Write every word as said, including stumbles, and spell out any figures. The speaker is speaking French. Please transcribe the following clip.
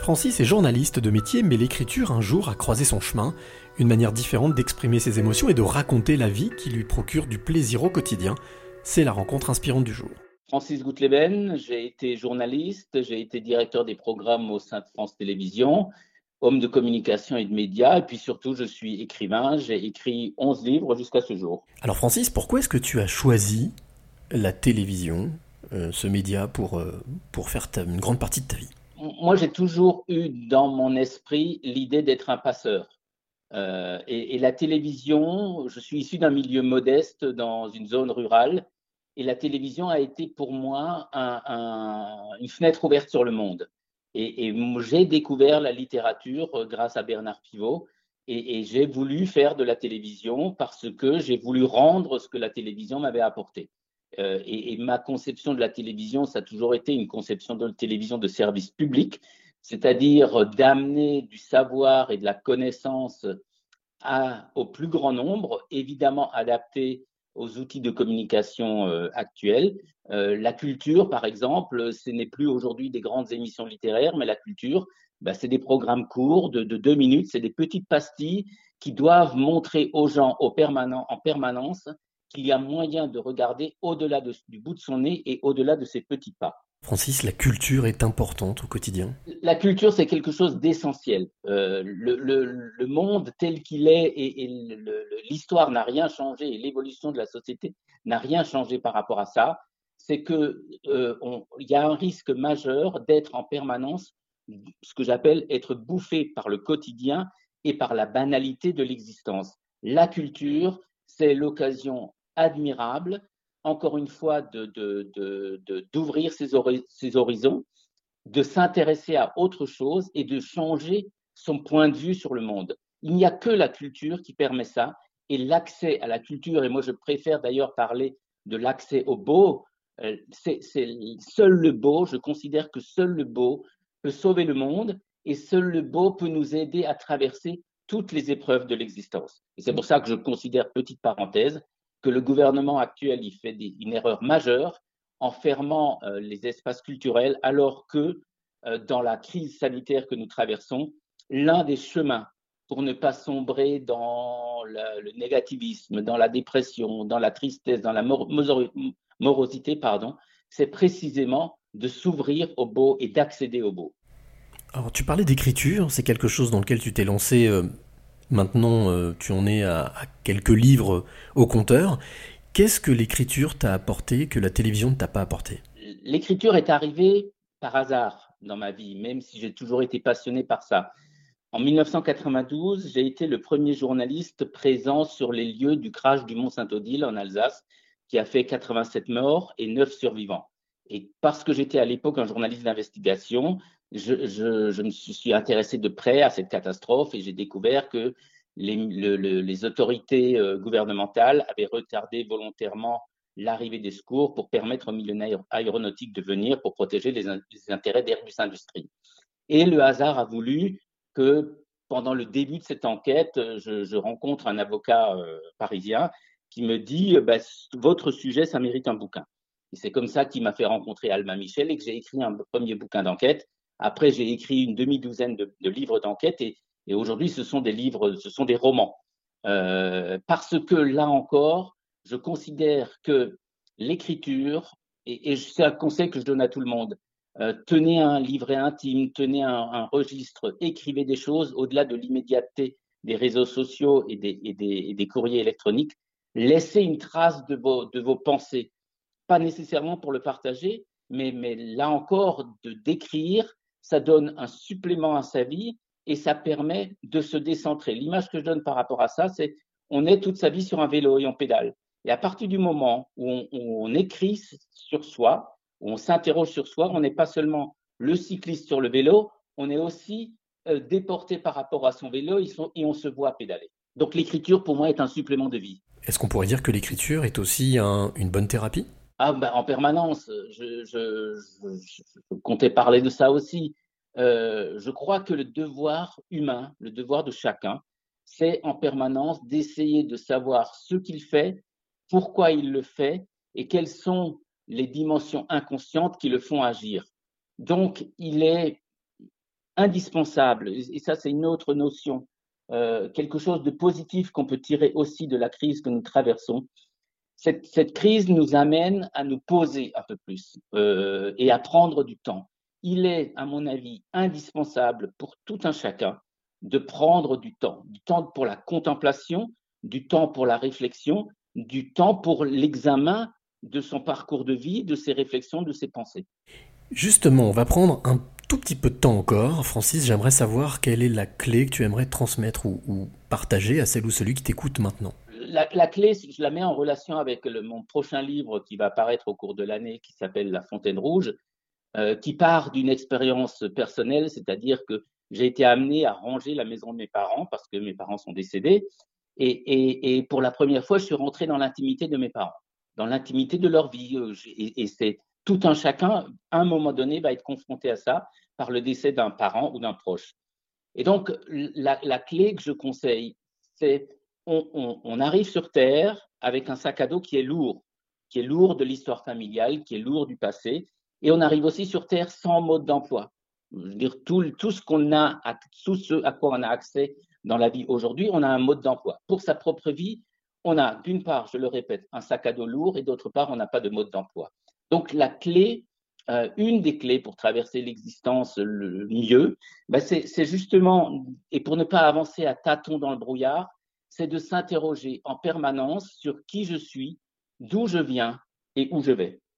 Francis est journaliste de métier, mais l'écriture un jour a croisé son chemin, une manière différente d'exprimer ses émotions et de raconter la vie qui lui procure du plaisir au quotidien. C'est la rencontre inspirante du jour. Francis Goutleben, j'ai été journaliste, j'ai été directeur des programmes au sein de France Télévisions, homme de communication et de médias, et puis surtout je suis écrivain, j'ai écrit onze livres jusqu'à ce jour. Alors Francis, pourquoi est-ce que tu as choisi la télévision, euh, ce média, pour, euh, pour faire ta, une grande partie de ta vie ? Moi, j'ai toujours eu dans mon esprit l'idée d'être un passeur. Euh, et, et la télévision, je suis issu d'un milieu modeste dans une zone rurale, et la télévision a été pour moi un, un, une fenêtre ouverte sur le monde. Et, et j'ai découvert la littérature grâce à Bernard Pivot, et, et j'ai voulu faire de la télévision parce que j'ai voulu rendre ce que la télévision m'avait apporté. Euh, et, et ma conception de la télévision, ça a toujours été une conception de télévision de service public, c'est-à-dire d'amener du savoir et de la connaissance à, au plus grand nombre, évidemment adapté aux outils de communication euh, actuels. Euh, la culture, par exemple, ce n'est plus aujourd'hui des grandes émissions littéraires, mais la culture, bah, c'est des programmes courts de, de deux minutes, c'est des petites pastilles qui doivent montrer aux gens au permanent, en permanence qu'il y a moyen de regarder au-delà de, du bout de son nez et au-delà de ses petits pas. Francis, la culture est importante au quotidien. La culture, c'est quelque chose d'essentiel. Euh, le, le, le monde tel qu'il est et, et le, le, l'histoire n'a rien changé et l'évolution de la société n'a rien changé par rapport à ça. C'est que euh, on, y a un risque majeur d'être en permanence ce que j'appelle être bouffé par le quotidien et par la banalité de l'existence. La culture, c'est l'occasion admirable, encore une fois, de, de, de, de, d'ouvrir ses, hori- ses horizons, de s'intéresser à autre chose et de changer son point de vue sur le monde. Il n'y a que la culture qui permet ça, et l'accès à la culture, et moi je préfère d'ailleurs parler de l'accès au beau, euh, c'est, c'est seul le beau, je considère que seul le beau peut sauver le monde, et seul le beau peut nous aider à traverser toutes les épreuves de l'existence. Et c'est pour ça que je considère, petite parenthèse, que le gouvernement actuel y fait des, une erreur majeure en fermant euh, les espaces culturels, alors que euh, dans la crise sanitaire que nous traversons, l'un des chemins pour ne pas sombrer dans la, le négativisme, dans la dépression, dans la tristesse, dans la mor- morosité, pardon, c'est précisément de s'ouvrir au beau et d'accéder au beau. Alors tu parlais d'écriture, c'est quelque chose dans lequel tu t'es lancé, euh, maintenant euh, tu en es à, à quelques livres au compteur. Qu'est-ce que l'écriture t'a apporté que la télévision ne t'a pas apporté ? L'écriture est arrivée par hasard dans ma vie, même si j'ai toujours été passionné par ça. En mille neuf cent quatre-vingt-douze, j'ai été le premier journaliste présent sur les lieux du crash du Mont Saint-Odile en Alsace, qui a fait quatre-vingt-sept morts et neuf survivants. Et parce que j'étais à l'époque un journaliste d'investigation, je, je, je me suis intéressé de près à cette catastrophe et j'ai découvert que les, le, le, les autorités gouvernementales avaient retardé volontairement l'arrivée des secours pour permettre au milieu aéronautique de venir pour protéger les, les intérêts d'Airbus Industrie. Et le hasard a voulu que pendant le début de cette enquête, je, je rencontre un avocat euh, parisien qui me dit bah, votre sujet, ça mérite un bouquin. Et c'est comme ça qu'il m'a fait rencontrer Alma Michel et que j'ai écrit un premier bouquin d'enquête. Après, j'ai écrit une demi-douzaine de, de livres d'enquête et, et aujourd'hui, ce sont des livres, ce sont des romans. Euh, parce que là encore, je considère que l'écriture, et, et c'est un conseil que je donne à tout le monde, euh, tenez un livret intime, tenez un, un registre, écrivez des choses au-delà de l'immédiateté des réseaux sociaux et des, et des, et des courriers électroniques. Laissez une trace de vos, de vos pensées, pas nécessairement pour le partager, mais, mais là encore, de d'écrire, ça donne un supplément à sa vie et ça permet de se décentrer. L'image que je donne par rapport à ça, c'est on est toute sa vie sur un vélo et on pédale. Et à partir du moment où on, où on écrit sur soi, où on s'interroge sur soi, on n'est pas seulement le cycliste sur le vélo, on est aussi euh, déporté par rapport à son vélo et on se voit pédaler. Donc l'écriture, pour moi, est un supplément de vie. Est-ce qu'on pourrait dire que l'écriture est aussi un, une bonne thérapie ? Ah, ben, en permanence, je, je, je, je comptais parler de ça aussi. Euh, je crois que le devoir humain, le devoir de chacun, c'est en permanence d'essayer de savoir ce qu'il fait, pourquoi il le fait et quelles sont les dimensions inconscientes qui le font agir. Donc, il est indispensable, et ça c'est une autre notion, euh, quelque chose de positif qu'on peut tirer aussi de la crise que nous traversons. Cette, cette crise nous amène à nous poser un peu plus euh, et à prendre du temps. Il est, à mon avis, indispensable pour tout un chacun de prendre du temps, du temps pour la contemplation, du temps pour la réflexion, du temps pour l'examen de son parcours de vie, de ses réflexions, de ses pensées. Justement, on va prendre un tout petit peu de temps encore. Francis, j'aimerais savoir quelle est la clé que tu aimerais transmettre ou, ou partager à celle ou celui qui t'écoute maintenant. La, la, clé, je la mets en relation avec le, mon prochain livre qui va paraître au cours de l'année, qui s'appelle La Fontaine Rouge, euh, qui part d'une expérience personnelle, c'est-à-dire que j'ai été amené à ranger la maison de mes parents parce que mes parents sont décédés. Et, et, et pour la première fois, je suis rentré dans l'intimité de mes parents, dans l'intimité de leur vie. Et, et c'est tout un chacun, à un moment donné, va être confronté à ça par le décès d'un parent ou d'un proche. Et donc, la, la clé que je conseille, c'est on, on, on arrive sur Terre avec un sac à dos qui est lourd, qui est lourd de l'histoire familiale, qui est lourd du passé, et on arrive aussi sur Terre sans mode d'emploi. Je veux dire, tout, tout ce qu'on a, tout ce à quoi on a accès dans la vie aujourd'hui, on a un mode d'emploi. Pour sa propre vie, on a d'une part, je le répète, un sac à dos lourd, et d'autre part, on n'a pas de mode d'emploi. Donc, la clé, euh, une des clés pour traverser l'existence le mieux, ben c'est, c'est justement, et pour ne pas avancer à tâtons dans le brouillard, c'est de s'interroger en permanence sur qui je suis, d'où je viens et où je vais.